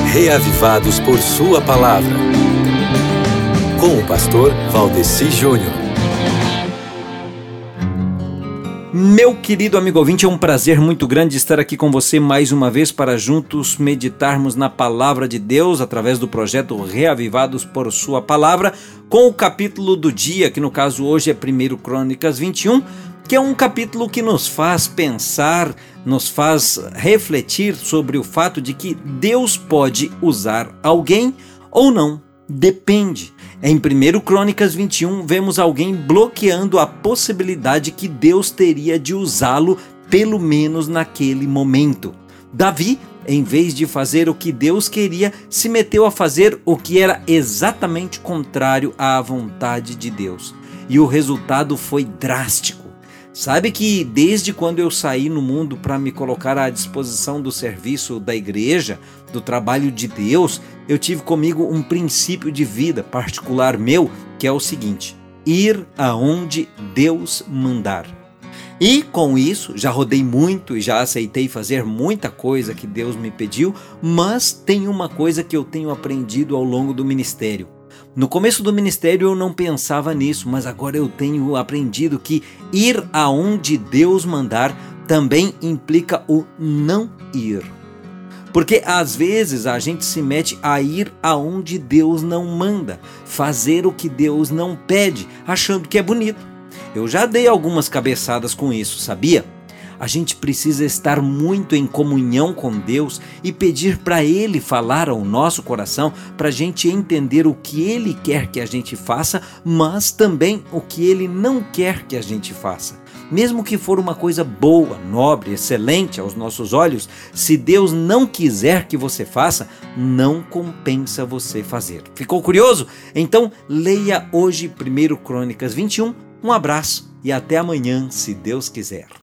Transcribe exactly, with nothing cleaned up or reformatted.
Reavivados por Sua Palavra, com o pastor Valdeci Júnior. Meu querido amigo ouvinte, é um prazer muito grande estar aqui com você mais uma vez para juntos meditarmos na Palavra de Deus através do projeto Reavivados por Sua Palavra, com o capítulo do dia, que no caso hoje é primeiro Crônicas vinte e um, que é um capítulo que nos faz pensar, nos faz refletir sobre o fato de que Deus pode usar alguém ou não, depende. Em primeiro Crônicas vinte e um, vemos alguém bloqueando a possibilidade que Deus teria de usá-lo, pelo menos naquele momento. Davi, em vez de fazer o que Deus queria, se meteu a fazer o que era exatamente contrário à vontade de Deus. E o resultado foi drástico. Sabe que desde quando eu saí no mundo para me colocar à disposição do serviço da igreja, do trabalho de Deus, eu tive comigo um princípio de vida particular meu, que é o seguinte: ir aonde Deus mandar. E com isso, já rodei muito e já aceitei fazer muita coisa que Deus me pediu, mas tem uma coisa que eu tenho aprendido ao longo do ministério. No começo do ministério eu não pensava nisso, mas agora eu tenho aprendido que ir aonde Deus mandar também implica o não ir. Porque às vezes a gente se mete a ir aonde Deus não manda, fazer o que Deus não pede, achando que é bonito. Eu já dei algumas cabeçadas com isso, sabia? A gente precisa estar muito em comunhão com Deus e pedir para Ele falar ao nosso coração, para a gente entender o que Ele quer que a gente faça, mas também o que Ele não quer que a gente faça. Mesmo que for uma coisa boa, nobre, excelente aos nossos olhos, se Deus não quiser que você faça, não compensa você fazer. Ficou curioso? Então leia hoje primeiro Crônicas vinte e um. Um abraço e até amanhã, se Deus quiser.